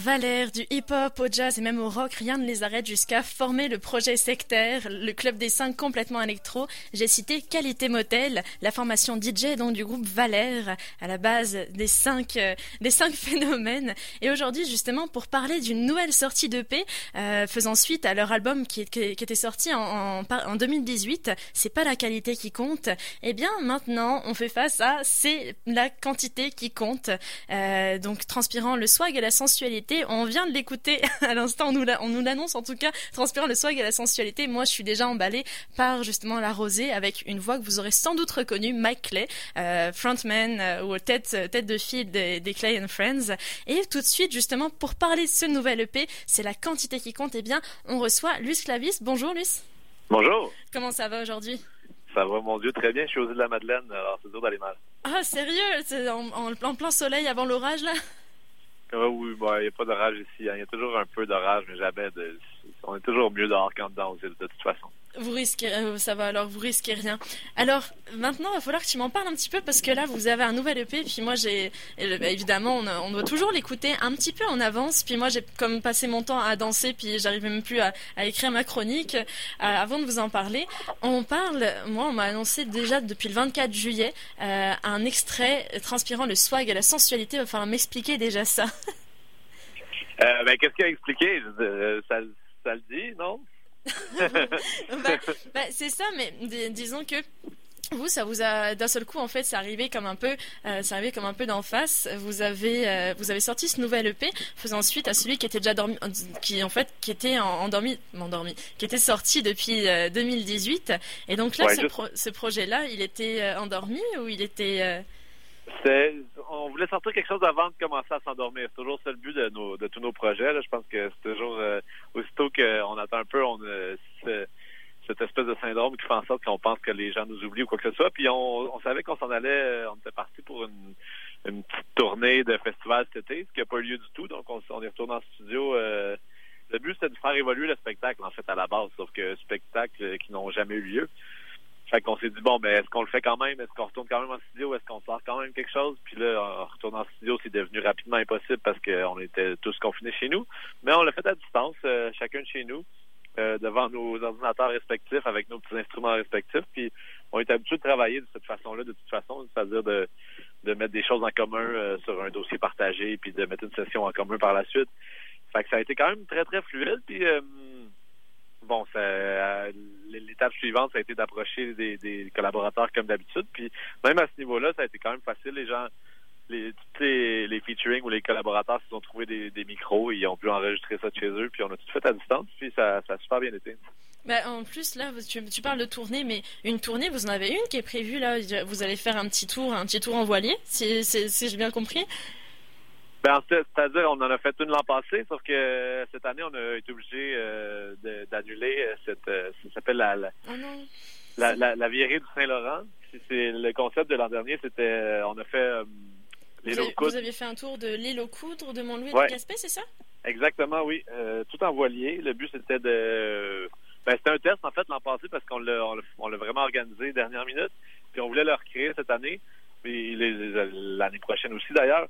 Valère, du hip-hop au jazz et même au rock, rien ne les arrête jusqu'à former le projet sectaire, le club des 5 complètement électro. J'ai cité Qualité Motel, la formation DJ donc du groupe Valère, à la base des cinq phénomènes. Et aujourd'hui justement pour parler d'une nouvelle sortie d'EP, faisant suite à leur album qui était sorti en 2018, c'est pas la qualité qui compte. Eh bien maintenant on fait face à c'est la quantité qui compte. Donc transpirant le swag et la sensualité. On vient de l'écouter à l'instant, on nous l'annonce en tout cas, transpirant le swag et la sensualité. Moi, je suis déjà emballée par justement la rosée avec une voix que vous aurez sans doute reconnue, Mike Clay, frontman ou tête de file des Clay and Friends. Et tout de suite, justement, pour parler de ce nouvel EP, c'est la quantité qui compte. Eh bien, on reçoit Luce Clavis. Bonjour, Luce. Bonjour. Comment ça va aujourd'hui? Ça va, mon Dieu, très bien. Je suis aux îles de la Madeleine, alors c'est dur d'aller mal. Ah, sérieux? C'est en plein soleil avant l'orage, là? Oui, il n'y a pas d'orage ici. Il y a toujours un peu d'orage, mais jamais de... On est toujours mieux dehors qu'en dedans aux îles, de toute façon. Vous risquez, ça va alors, vous risquez rien. Alors, maintenant, il va falloir que tu m'en parles un petit peu parce que là, vous avez un nouvel EP, puis moi, évidemment, on doit toujours l'écouter un petit peu en avance, puis moi, j'ai comme passé mon temps à danser, puis j'arrivais même plus à écrire ma chronique avant de vous en parler. On m'a annoncé déjà depuis le 24 juillet un extrait transpirant le swag et la sensualité. Il va falloir m'expliquer déjà ça. Qu'est-ce qu'il a expliqué? Ça le dit, non? C'est ça, mais disons que vous, ça vous a d'un seul coup en fait, c'est arrivé comme un peu d'en face. Vous avez sorti ce nouvel EP, faisant suite à celui qui était déjà dormi, qui était endormi, qui était sorti depuis 2018. Et donc là, ce projet-là, il était endormi ou il était On voulait sortir quelque chose avant de commencer à s'endormir. C'est toujours ça le but de tous nos projets. Là. Je pense que c'est toujours aussitôt qu'on attend un peu, cette espèce de syndrome qui fait en sorte qu'on pense que les gens nous oublient ou quoi que ce soit. Puis on savait qu'on s'en allait, on était parti pour une petite tournée de festival cet été, ce qui n'a pas eu lieu du tout. Donc on est retourné en studio. Le but c'était de faire évoluer le spectacle en fait à la base, sauf que spectacles qui n'ont jamais eu lieu. Fait qu'on s'est dit, est-ce qu'on le fait quand même? Est-ce qu'on retourne quand même en studio? Est-ce qu'on sort quand même quelque chose? Puis là, en retournant en studio, c'est devenu rapidement impossible parce qu'on était tous confinés chez nous. Mais on l'a fait à distance, chacun de chez nous, devant nos ordinateurs respectifs, avec nos petits instruments respectifs. Puis on est habitué de travailler de cette façon-là, de toute façon, c'est-à-dire de mettre des choses en commun sur un dossier partagé, puis de mettre une session en commun par la suite. Fait que ça a été quand même très, très fluide. Puis... l'étape suivante, ça a été d'approcher des collaborateurs comme d'habitude. Puis même à ce niveau-là, ça a été quand même facile. Les gens, les featuring ou les collaborateurs se sont trouvés des micros et ils ont pu enregistrer ça de chez eux. Puis on a tout fait à distance. Puis ça a super bien été. En plus, là, tu parles de tournée, mais une tournée, vous en avez une qui est prévue, là. Vous allez faire un petit tour en voilier, si j'ai bien compris. C'est-à-dire, on en a fait une l'an passé, sauf que cette année, on a été obligé d'annuler ça s'appelle la virée du Saint-Laurent. C'est le concept de l'an dernier, c'était on a fait l'île aux Coudres. Vous aviez fait un tour de l'île aux Coudres, de Montlouis et de Gaspé, c'est ça? Exactement, oui. Tout en voilier. Le but, c'était c'était un test, en fait, l'an passé, parce qu'on l'a vraiment organisé dernière minute. Puis on voulait le recréer cette année, puis l'année prochaine aussi, d'ailleurs.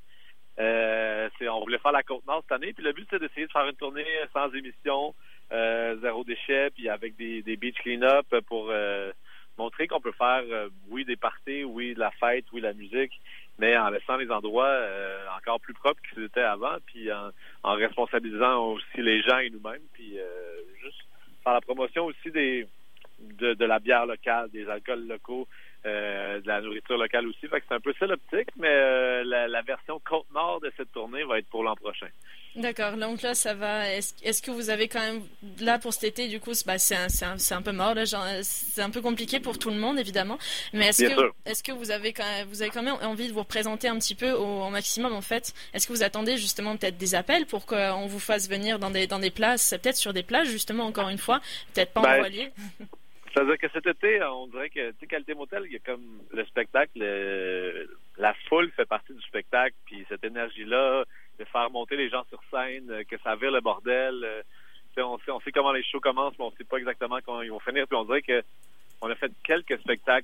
On voulait faire la Côte-Nord cette année, puis le but c'était d'essayer de faire une tournée sans émission, zéro déchet, puis avec des beach clean-up pour montrer qu'on peut faire, oui, des parties, oui, de la fête, oui, de la musique, mais en laissant les endroits encore plus propres qu'ils étaient avant, puis en responsabilisant aussi les gens et nous-mêmes, puis juste faire la promotion aussi de la bière locale, des alcools locaux, de la nourriture locale aussi. Fait que c'est un peu ça l'optique, mais la version Côte-Nord de cette tournée va être pour l'an prochain. D'accord, donc là ça va. Est-ce que vous avez quand même là pour cet été, du coup, c'est un peu mort là, genre, c'est un peu compliqué pour tout le monde évidemment, mais est-ce que vous avez quand même envie de vous représenter un petit peu au maximum en fait? Est-ce que vous attendez justement peut-être des appels pour qu'on vous fasse venir dans des places, peut-être sur des plages justement, encore une fois, peut-être pas en voilier? C'est-à-dire que cet été, on dirait que, Qualité Motel, il y a comme le spectacle, la foule fait partie du spectacle, puis cette énergie-là, de faire monter les gens sur scène, que ça vire le bordel. On sait comment les shows commencent, mais on sait pas exactement comment ils vont finir. Puis on dirait que on a fait quelques spectacles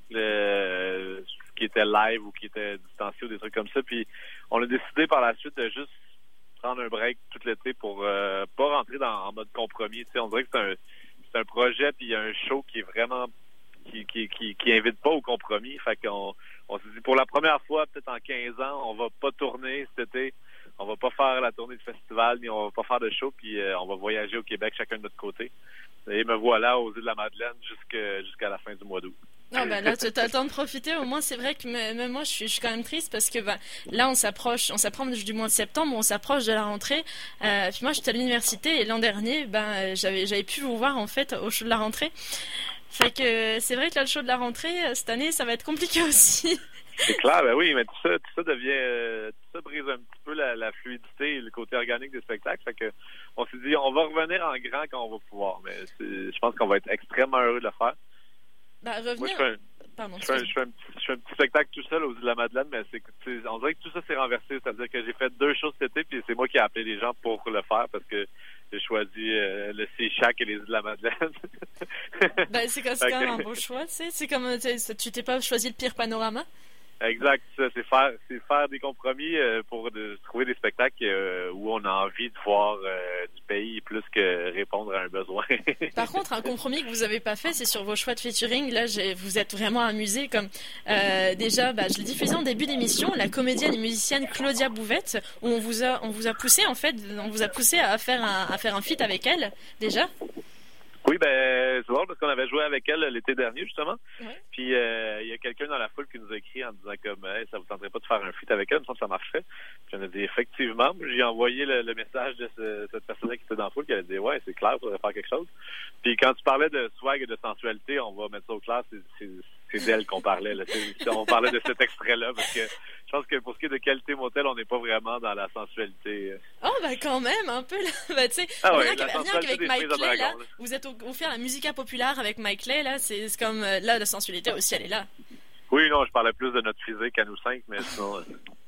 qui étaient live ou qui étaient distanciés ou des trucs comme ça. Puis on a décidé par la suite de juste prendre un break tout l'été pour pas rentrer en mode compromis. Tu sais, on dirait que c'est un projet puis il y a un show qui est vraiment qui invite pas au compromis. Fait qu'on s'est dit pour la première fois, peut-être en 15 ans, on va pas tourner cet été. On va pas faire la tournée de festival, ni on va pas faire de show, puis on va voyager au Québec chacun de notre côté. Et me voilà aux Îles-de-la-Madeleine jusqu'à la fin du mois d'août. Non, ben là, tu as le temps de profiter. Au moins, c'est vrai que même moi, je suis quand même triste parce que là, on s'approche du mois de septembre, on s'approche de la rentrée. Puis moi, j'étais à l'université et l'an dernier, j'avais pu vous voir en fait au show de la rentrée. Fait que c'est vrai que là, le show de la rentrée, cette année, ça va être compliqué aussi. C'est clair, ben oui, mais tout ça brise un petit peu la fluidité et le côté organique des spectacles. Fait que on s'est dit, on va revenir en grand quand on va pouvoir, mais je pense qu'on va être extrêmement heureux de le faire. Revenir. Moi, je fais un petit spectacle tout seul aux Îles-de-la-Madeleine, mais on dirait que tout ça s'est renversé. C'est-à-dire que j'ai fait 2 choses cet été, puis c'est moi qui ai appelé les gens pour le faire parce que j'ai choisi le Seashack et les Îles-de-la-Madeleine. C'est quand même un beau choix, tu sais. C'est comme tu t'es pas choisi le pire panorama. Exact, c'est faire des compromis pour trouver des spectacles où on a envie de voir du pays plus que répondre à un besoin. Par contre, un compromis que vous avez pas fait, c'est sur vos choix de featuring. Là, vous êtes vraiment amusés. Comme déjà, je le diffusais en début d'émission, la comédienne et musicienne Claudia Bouvette, où on vous a poussé en fait, on vous a poussé à faire un feat avec elle déjà. Oui, c'est drôle parce qu'on avait joué avec elle l'été dernier, justement. Ouais. Puis, il y a quelqu'un dans la foule qui nous a écrit en disant comme, hey, ça vous tenterait pas de faire un feat avec elle? Il me semble que ça marcherait. Puis, on a dit, effectivement. J'ai envoyé le message de cette personne-là qui était dans la foule, qui a dit, ouais, c'est clair, il faudrait faire quelque chose. Puis, quand tu parlais de swag et de sensualité, on va mettre ça au clair, c'est d'elle qu'on parlait, là. On parlait de cet extrait-là parce que je pense que pour ce qui est de Qualité Motel, on n'est pas vraiment dans la sensualité. Oh, quand même, un peu, là. Tu sais, rien qu'avec Mike Clay, là, vous êtes offert la musica populaire avec Mike Clay, là, c'est comme, là, la sensualité aussi, elle est là. Oui, non, je parlais plus de notre physique à nous 5, mais sinon...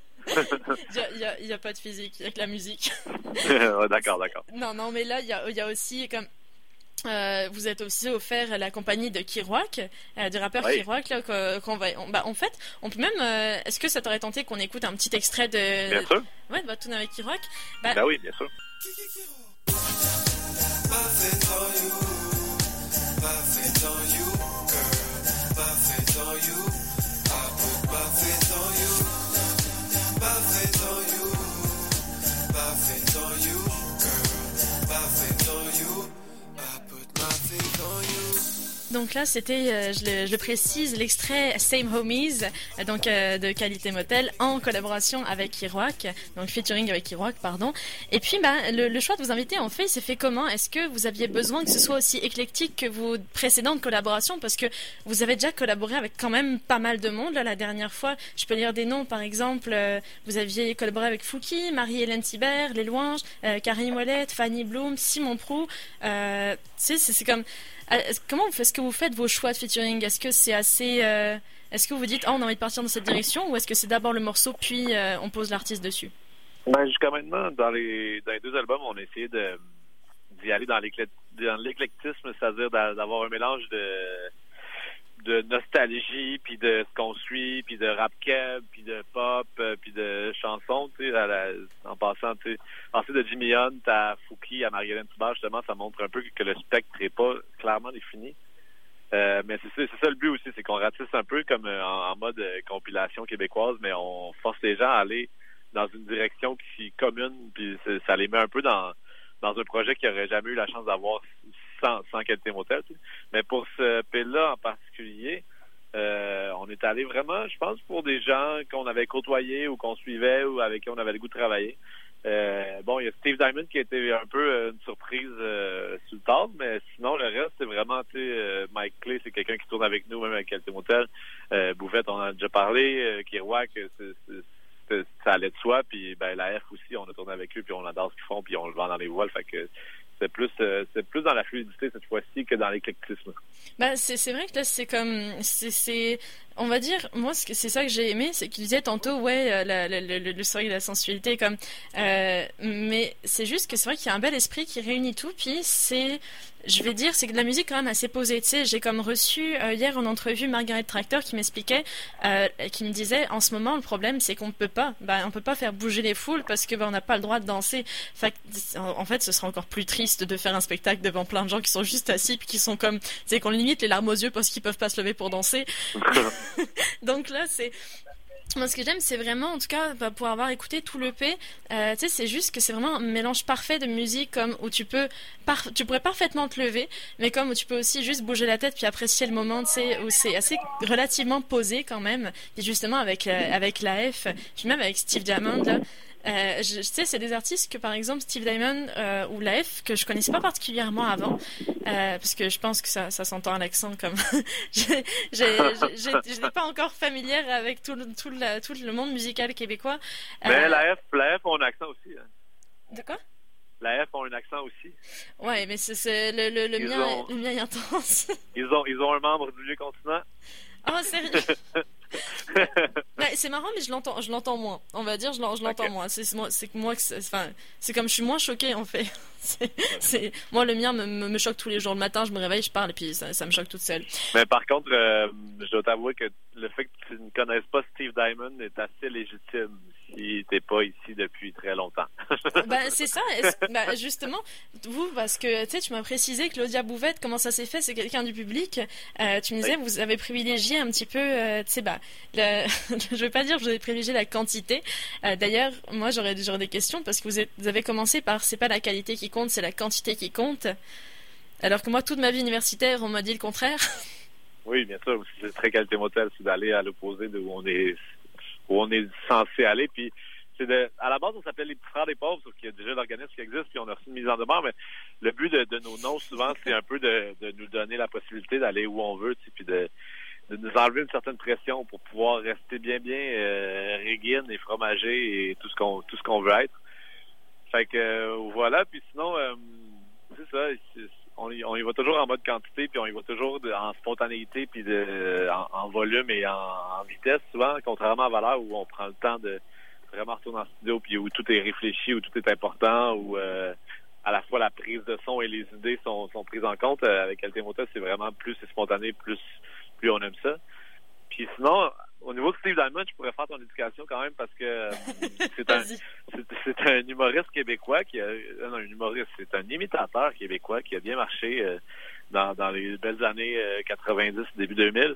Il y a pas de physique, il y a que la musique. D'accord. Non, mais là, il y a aussi, comme... vous êtes aussi offert la compagnie de Kerouac, du rappeur Kerouac, là, qu'on va. En fait, on peut même. Est-ce que ça t'aurait tenté qu'on écoute un petit extrait de. Bien sûr. Ouais, de votre tune avec Kerouac. Oui, bien sûr. Donc là, c'était, je le précise, l'extrait Same Homies, donc de Qualité Motel, en collaboration avec Kerouac, donc featuring avec Kerouac, pardon. Et puis, le choix de vous inviter, en fait, il s'est fait comment? Est-ce que vous aviez besoin que ce soit aussi éclectique que vos précédentes collaborations? Parce que vous avez déjà collaboré avec quand même pas mal de monde, là, la dernière fois. Je peux lire des noms, par exemple, vous aviez collaboré avec Fouki, Marie-Hélène Thibert, Les Louanges, Karine Ouellette, Fanny Bloom, Simon Prou. Tu sais, c'est comme... Comment est-ce que vous faites vos choix de featuring? Est-ce que c'est assez... est-ce que vous dites, on a envie de partir dans cette direction, ou est-ce que c'est d'abord le morceau, puis on pose l'artiste dessus? Jusqu'à maintenant, dans les 2 albums, on a essayé d'y aller dans l'éclectisme, c'est-à-dire d'avoir un mélange de nostalgie, puis de ce qu'on suit, puis de rap keb, puis de pop, puis de chansons, tu sais, en passant, tu sais, passer de Jimmy Hunt à Fouki, à Marie-Hélène Thibert, justement, ça montre un peu que le spectre n'est pas clairement défini. Mais c'est ça le but aussi, c'est qu'on ratisse un peu comme en mode compilation québécoise, mais on force les gens à aller dans une direction qui commune, puis ça les met un peu dans un projet qu'ils n'auraient jamais eu la chance d'avoir sans Qualité Motel. Tu sais. Mais pour ce P-là en particulier, on est allé vraiment, je pense, pour des gens qu'on avait côtoyés ou qu'on suivait ou avec qui on avait le goût de travailler. Il y a Steve Diamond qui a été un peu une surprise sur le tard, mais sinon, le reste, c'est vraiment, tu sais, Mike Clay, c'est quelqu'un qui tourne avec nous, même avec Qualité Motel. Bouvette, on en a déjà parlé. Kerouac, ça allait de soi. Puis, la F aussi, on a tourné avec eux, puis on adore ce qu'ils font, puis on le vend dans les voiles. Fait que c'est plus dans la fluidité cette fois-ci que dans l'éclectisme. C'est vrai que là, c'est comme... on va dire, moi, c'est ça que j'ai aimé, c'est qu'il disait tantôt, le soleil de la sensualité, comme... mais c'est juste que c'est vrai qu'il y a un bel esprit qui réunit tout, puis c'est... Je vais dire, c'est que de la musique quand même assez posée. Tu sais, j'ai comme reçu hier en entrevue Margaret Tractor qui m'expliquait, qui me disait, en ce moment, le problème, c'est qu'on ne peut pas. on peut pas faire bouger les foules parce que on n'a pas le droit de danser. En fait, ce sera encore plus triste de faire un spectacle devant plein de gens qui sont juste assis puis qui sont comme, c'est qu'on limite les larmes aux yeux parce qu'ils peuvent pas se lever pour danser. Donc là, moi, ce que j'aime, c'est vraiment, en tout cas, pour avoir écouté tout l'EP, c'est juste que c'est vraiment un mélange parfait de musique, comme où tu pourrais parfaitement te lever, mais comme où tu peux aussi juste bouger la tête puis apprécier le moment, où c'est assez relativement posé quand même. Et justement avec la F, puis même avec Steve Diamond là. C'est des artistes que par exemple Steve Diamond ou la F que je connaissais pas particulièrement avant parce que je pense que ça s'entend à l'accent comme je n'ai pas encore familière avec tout le monde musical québécois. Mais la F ont un accent aussi. Hein. De quoi? La F ont un accent aussi. Ouais, mais c'est le mien est intense. Ils ont un membre du vieux continent. Oh, sérieux? C'est marrant, mais je l'entends moins. On va dire, je l'entends moins. C'est comme je suis moins choquée en fait. Moi, le mien me choque tous les jours. Le matin, je me réveille, je parle et puis ça me choque toute seule. Mais par contre, je dois t'avouer que le fait que tu ne connaisses pas Steve Diamond est assez légitime si t'es pas ici depuis très longtemps. C'est ça. Justement, vous, parce que tu m'as précisé, Claudia Bouvette, comment ça s'est fait, c'est quelqu'un du public. Tu me disais, vous avez privilégié un petit peu, je vais pas dire que vous avez privilégié la quantité. D'ailleurs, moi, j'aurais des questions parce que vous avez commencé par, c'est pas la qualité qui compte, c'est la quantité qui compte. Alors que moi, toute ma vie universitaire, on m'a dit le contraire. Oui, bien sûr. C'est très qualité motel, c'est d'aller à l'opposé de où on est censé aller. Puis à la base, on s'appelait les petits frères des pauvres, sauf qu'il y a déjà l'organisme qui existe, puis on a reçu une mise en demeure. Mais le but de nos noms, souvent, c'est un peu de nous donner la possibilité d'aller où on veut, puis de nous enlever une certaine pression pour pouvoir rester bien régine et fromager et tout ce qu'on veut être. Fait que voilà. Puis sinon, c'est ça. On y va toujours en mode quantité, puis on y va toujours en spontanéité, puis en volume et en vitesse, souvent, contrairement à Valeur, où on prend le temps de vraiment retourner en studio, puis où tout est réfléchi, où tout est important, où à la fois la prise de son et les idées sont prises en compte. Avec Qualité Motel, c'est vraiment plus c'est spontané, plus on aime ça. Puis sinon, au niveau de Steve Diamond, je pourrais faire ton éducation quand même parce que c'est un humoriste québécois c'est un imitateur québécois qui a bien marché dans les belles années 90, début 2000.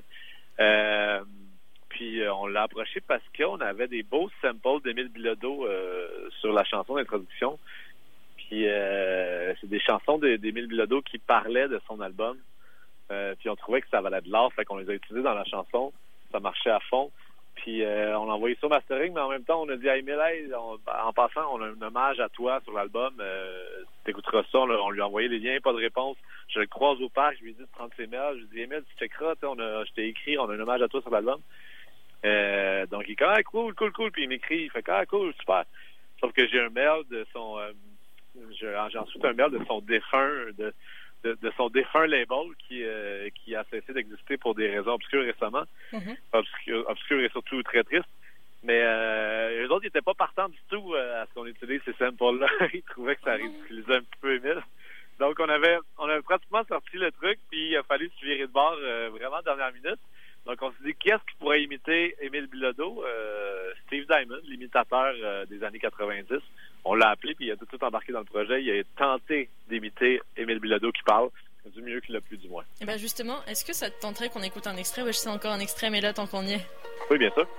Puis on l'a approché parce qu'on avait des beaux samples d'Émile Bilodeau sur la chanson d'introduction. Puis c'est des chansons d'Émile Bilodeau qui parlaient de son album. Puis on trouvait que ça valait de l'or, fait qu'on les a utilisés dans la chanson. Ça marchait à fond. Puis on l'a envoyé sur mastering, mais en même temps, on a dit à Émile, en passant, on a un hommage à toi sur l'album. T'écouteras ça, on lui a envoyé les liens, pas de réponse. Je le croise au parc, je lui ai dit de prendre ses mails. Je lui ai dit, Émile, tu checkeras, je t'ai écrit, on a un hommage à toi sur l'album. Donc il est comme, cool. Puis il m'écrit, il fait, cool, super. Sauf que j'ai un mail de son... j'ai ensuite un mail de son défunt... De son défunt label qui a cessé d'exister pour des raisons obscures récemment. Mm-hmm. Obscures et surtout très tristes. Mais eux autres, ils n'étaient pas partants du tout à ce qu'on utilise ces samples-là. Ils trouvaient que ça ridiculisait un petit peu Émile. Donc, on avait pratiquement sorti le truc, puis il a fallu se virer de bord vraiment dernière minute. Donc, on s'est dit, qui est-ce qui pourrait imiter Émile Bilodeau? Steve Diamond, l'imitateur des années 90. On l'a appelé, puis il a tout de suite embarqué dans le projet. Il a tenté d'imiter Émile Bilodeau qui parle. Du mieux qu'il l'a pu, du moins. Et bien justement, est-ce que ça te tenterait qu'on écoute un extrait? Je sais encore un extrait, mais là, tant qu'on y est. Oui, bien sûr.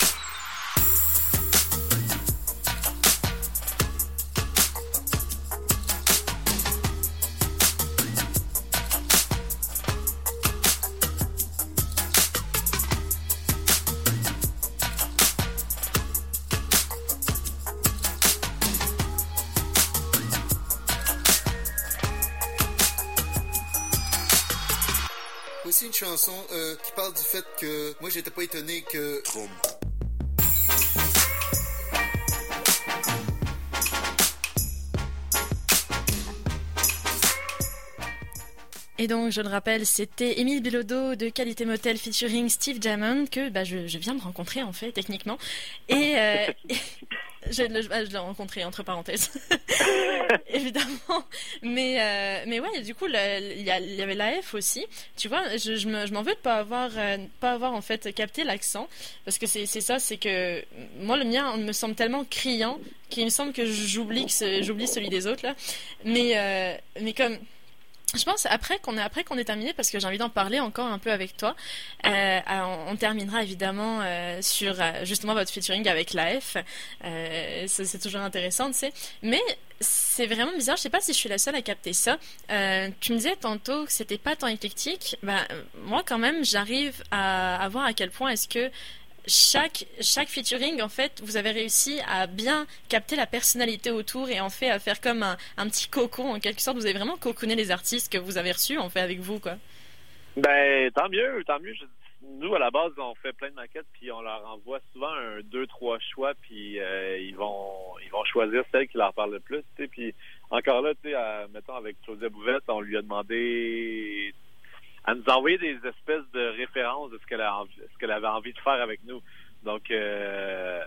Aussi une chanson qui parle du fait que moi j'étais pas étonné que Et donc, je le rappelle, c'était Émile Bilodeau de Qualité Motel featuring Steve Diamond que je viens de rencontrer en fait techniquement. Et Je l'ai rencontré entre parenthèses, évidemment. Mais ouais, du coup, il y avait l'AF aussi. Tu vois, je m'en veux de pas avoir en fait capté l'accent, parce que c'est ça, c'est que moi le mien me semble tellement criant qu'il me semble que j'oublie celui des autres là. Mais comme je pense après qu'on ait terminé, parce que j'ai envie d'en parler encore un peu avec toi. On terminera évidemment sur justement votre featuring avec l'AF. C'est toujours intéressant, tu sais. Mais c'est vraiment bizarre. Je sais pas si je suis la seule à capter ça. Tu me disais tantôt que c'était pas tant éclectique. Moi quand même, j'arrive à voir à quel point est-ce que chaque featuring, en fait, vous avez réussi à bien capter la personnalité autour et en fait à faire comme un petit cocon, en quelque sorte. Vous avez vraiment cocooné les artistes que vous avez reçus, en fait, avec vous, quoi. Ben, tant mieux. Nous, à la base, on fait plein de maquettes, puis on leur envoie souvent 2-3 choix, puis ils vont choisir celle qui leur parle le plus, tu sais. Puis encore là, tu sais, mettons, avec Claudia Bouvette, on lui a demandé à nous envoyer des espèces de références de ce qu'elle avait envie de faire avec nous. Donc à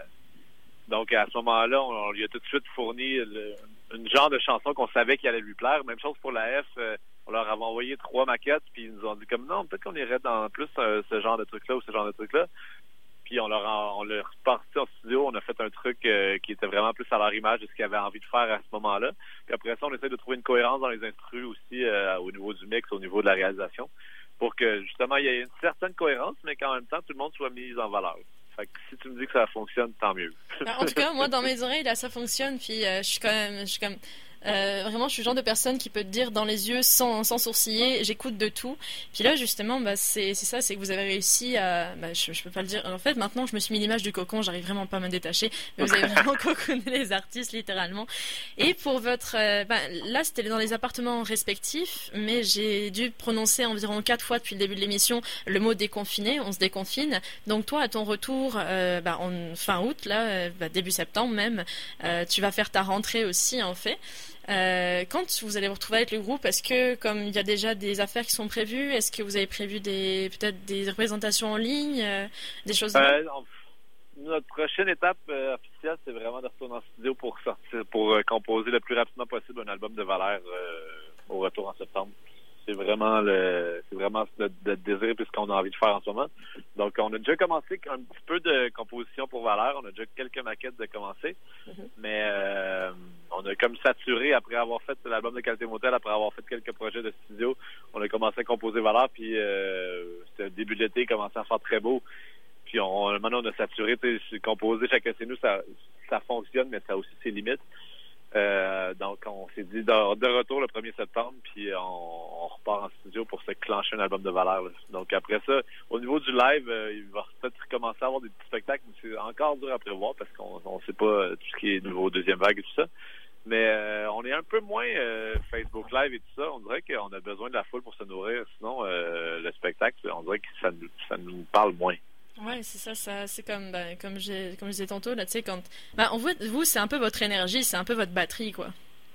ce moment-là, on lui a tout de suite fourni une genre de chanson qu'on savait qu'il allait lui plaire. Même chose pour la F, on leur avait envoyé 3 maquettes, puis ils nous ont dit comme non, peut-être qu'on irait dans plus ce genre de truc-là ou ce genre de truc-là. Puis on leur reparti en studio, on a fait un truc qui était vraiment plus à leur image de ce qu'ils avaient envie de faire à ce moment-là. Puis après ça, on essaie de trouver une cohérence dans les instrus aussi au niveau du mix, au niveau de la réalisation, pour que justement il y ait une certaine cohérence, mais qu'en même temps tout le monde soit mis en valeur. Fait que si tu me dis que ça fonctionne, tant mieux. En tout cas, moi dans mes oreilles là, ça fonctionne. Puis je suis comme vraiment, je suis le genre de personne qui peut te dire dans les yeux sans sourciller, j'écoute de tout. Puis là, justement, c'est ça, c'est que vous avez réussi à, je peux pas le dire. En fait, maintenant, je me suis mis l'image du cocon, j'arrive vraiment pas à me détacher. Mais vous avez vraiment cocooné les artistes, littéralement. Et pour votre, là, c'était dans les appartements respectifs, mais j'ai dû prononcer environ 4 fois depuis le début de l'émission le mot déconfiné. On se déconfine. Donc toi, à ton retour, en fin août, là, début septembre même, tu vas faire ta rentrée aussi, en fait. Quand vous allez vous retrouver avec le groupe, est-ce que, comme il y a déjà des affaires qui sont prévues, est-ce que vous avez prévu peut-être des représentations en ligne, des choses Notre prochaine étape officielle, c'est vraiment de retourner en studio pour composer le plus rapidement possible un album de Valère au retour en septembre. C'est vraiment notre désir puis ce qu'on a envie de faire en ce moment. Donc, on a déjà commencé un petit peu de composition pour Valère. On a déjà quelques maquettes de commencer. Mais on a comme saturé après avoir fait l'album de Qualité Motel, après avoir fait quelques projets de studio. On a commencé à composer Valère, puis c'était le début de l'été, il commençait à faire très beau. Puis maintenant, on a saturé. Composer chacun chez nous, ça fonctionne, mais ça a aussi ses limites. Donc, on s'est dit de retour le 1er septembre, puis on repart en studio pour se clencher un album de Valère. Là. Donc, après ça, au niveau du live, il va peut-être recommencer à avoir des petits spectacles, mais c'est encore dur à prévoir parce qu'on ne sait pas tout ce qui est nouveau deuxième vague et tout ça. Mais on est un peu moins Facebook Live et tout ça. On dirait qu'on a besoin de la foule pour se nourrir. Sinon, le spectacle, on dirait que ça nous parle moins. Ouais, c'est ça, c'est comme je disais tantôt là, tu sais, quand on voit, vous, c'est un peu votre énergie, c'est un peu votre batterie, quoi.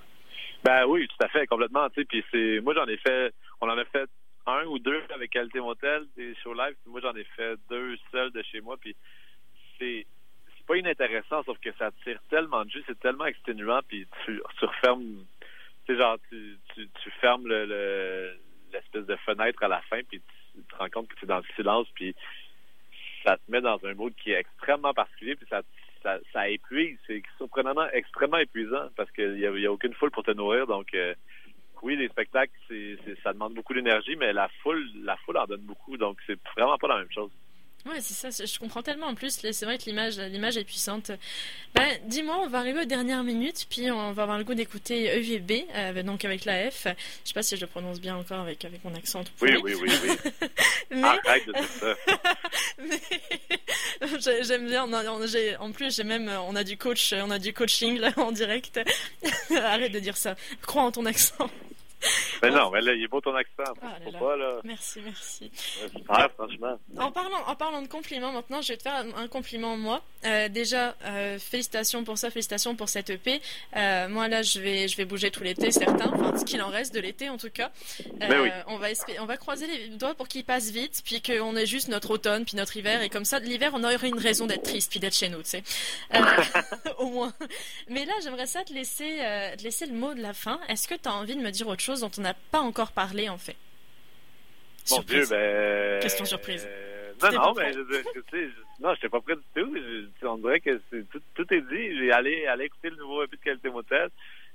Ben oui, tout à fait, complètement, tu sais. Puis moi on en a fait 1 ou 2 avec Qualité Motel, des shows live. Puis moi j'en ai fait 2 seuls de chez moi. Puis c'est pas inintéressant, sauf que ça tire tellement de jus, c'est tellement exténuant. Puis tu refermes, tu sais, genre tu fermes l'espèce de fenêtre à la fin, puis tu te rends compte que tu es dans le silence, puis ça te met dans un mood qui est extrêmement particulier, puis ça épuise. C'est surprenamment extrêmement épuisant parce qu'il y a aucune foule pour te nourrir. Donc, oui, les spectacles, ça demande beaucoup d'énergie, mais la foule en donne beaucoup. Donc, c'est vraiment pas la même chose. Ouais, c'est ça, je comprends tellement en plus, c'est vrai que l'image est puissante. Dis-moi, on va arriver aux dernières minutes, puis on va avoir le goût d'écouter EVB, donc avec la F. Je sais pas si je le prononce bien encore avec mon accent tout pourri. Oui. Mais... Arrête de dire ça. Mais j'aime bien, en plus on a du coaching là en direct. Arrête de dire ça, crois en ton accent. Mais non, mais là, il est beau ton accent. Faut pas, là. Merci. Super, franchement. En parlant de compliments, maintenant, je vais te faire un compliment, moi. Déjà, félicitations pour ça, félicitations pour cette EP. Moi, là, je vais bouger tout l'été, certain. Enfin, ce qu'il en reste de l'été, en tout cas. Oui. On va croiser les doigts pour qu'il passe vite, puis qu'on ait juste notre automne, puis notre hiver, et comme ça, l'hiver, on aurait une raison d'être triste, puis d'être chez nous, tu sais. Au moins. Mais là, j'aimerais ça te laisser le mot de la fin. Est-ce que tu as envie de me dire autre chose dont on n'a pas encore parlé, en fait? Mon Dieu, question surprise. Non, mais non, je n'étais pas prêt du tout. On dirait que tout est dit. J'ai allé écouter le nouveau EP de Qualité Motel,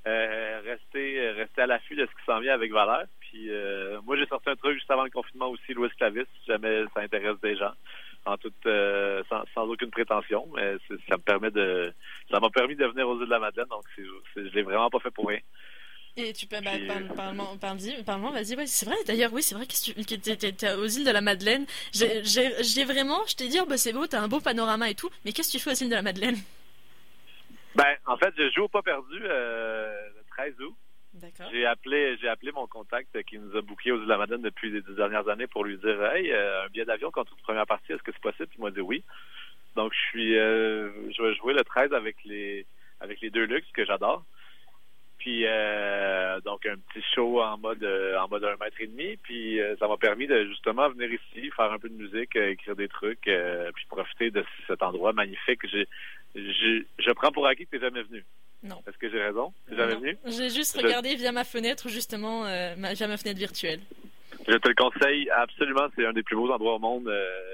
rester à l'affût de ce qui s'en vient avec Valère. Puis moi, j'ai sorti un truc juste avant le confinement aussi, Louis Clavis, si jamais ça intéresse des gens, sans aucune prétention. Mais ça m'a permis de venir aux îles de la Madeleine, donc je l'ai vraiment pas fait pour rien. Et tu peux, parle-moi, vas-y, ouais, c'est vrai, d'ailleurs, oui, c'est vrai que t'es aux îles de la Madeleine. Je t'ai dit, c'est beau, t'as un beau panorama et tout, mais qu'est-ce que tu fais aux îles de la Madeleine? En fait, je joue au Pas Perdu, le 13 août. D'accord. J'ai appelé mon contact qui nous a booké aux îles de la Madeleine depuis les 10 dernières années pour lui dire, hey, un billet d'avion contre une première partie, est-ce que c'est possible? Puis il m'a dit oui. Donc, je vais jouer le 13 avec les deux luxe que j'adore. Puis donc un petit show en mode 1,5 mètre. Puis ça m'a permis de justement venir ici, faire un peu de musique, écrire des trucs, puis profiter de cet endroit magnifique. Je prends pour acquis que t'es jamais venu. Non. Est-ce que j'ai raison? T'es jamais venu? J'ai juste regardé via ma fenêtre, justement, via ma fenêtre virtuelle. Je te le conseille absolument. C'est un des plus beaux endroits au monde.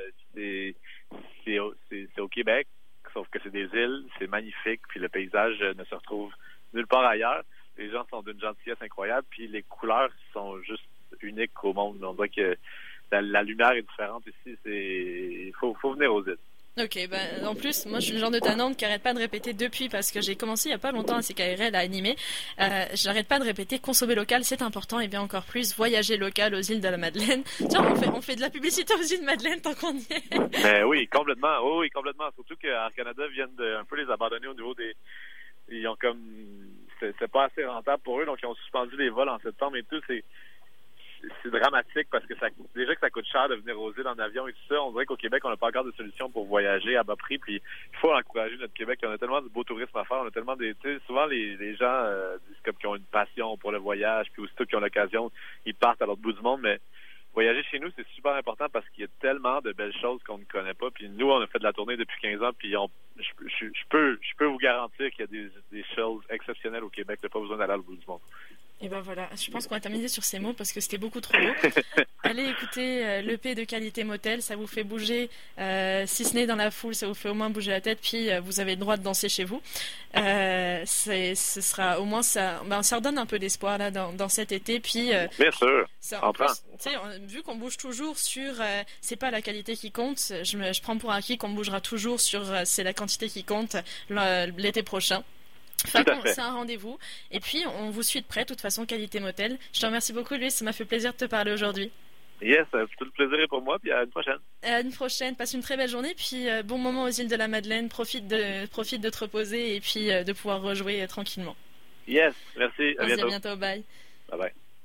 C'est au Québec, sauf que c'est des îles, c'est magnifique, puis le paysage ne se retrouve nulle part ailleurs. Les gens sont d'une gentillesse incroyable, puis les couleurs sont juste uniques au monde. On dirait que la lumière est différente ici. Il faut venir aux îles. Ok, en plus, moi je suis le genre de tanante qui arrête pas de répéter depuis, parce que j'ai commencé il y a pas longtemps à CKRL à animer. J'arrête pas de répéter, consommer local, c'est important, et bien encore plus, voyager local aux îles de la Madeleine. Tiens, on fait de la publicité aux îles de Madeleine tant qu'on y est. Oui, complètement. Oui, complètement. Surtout qu'Air Canada viennent un peu les abandonner au niveau des... Ils ont comme... C'était pas assez rentable pour eux, donc ils ont suspendu les vols en septembre et tout. C'est dramatique parce que déjà que ça coûte cher de venir aux îles en avion et tout ça. On dirait qu'au Québec, on n'a pas encore de solution pour voyager à bas prix. Puis il faut encourager notre Québec. On a tellement de beau tourisme à faire. On a tellement souvent les gens disent comme qu'ils ont une passion pour le voyage, puis aussitôt qu'ils ont l'occasion, ils partent à l'autre bout du monde. Mais voyager chez nous, c'est super important parce qu'il y a tellement de belles choses qu'on ne connaît pas. Puis nous, on a fait de la tournée depuis 15 ans, puis je peux vous garantir qu'il y a des choses exceptionnelles au Québec. T'as pas besoin d'aller à l'autre bout du monde. Et ben voilà, je pense qu'on va terminer sur ces mots parce que c'était beaucoup trop beau. Allez écouter l'EP de Qualité Motel, ça vous fait bouger, si ce n'est dans la foule, ça vous fait au moins bouger la tête, puis vous avez le droit de danser chez vous. Ce sera au moins ça redonne un peu d'espoir là dans cet été, puis bien sûr. Vu qu'on bouge toujours sur c'est pas la qualité qui compte, je prends pour acquis qu'on bougera toujours sur c'est la quantité qui compte l'été prochain. C'est un rendez-vous. Et puis, on vous suit de près. De toute façon, Qualité Motel. Je te remercie beaucoup, Louis. Ça m'a fait plaisir de te parler aujourd'hui. Yes, tout le plaisir est pour moi. Puis à une prochaine. À une prochaine. Passe une très belle journée. Puis, bon moment aux îles de la Madeleine. Profite de te reposer et puis de pouvoir rejouer tranquillement. Yes, merci. À bientôt. À bientôt. Bye. Bye bye.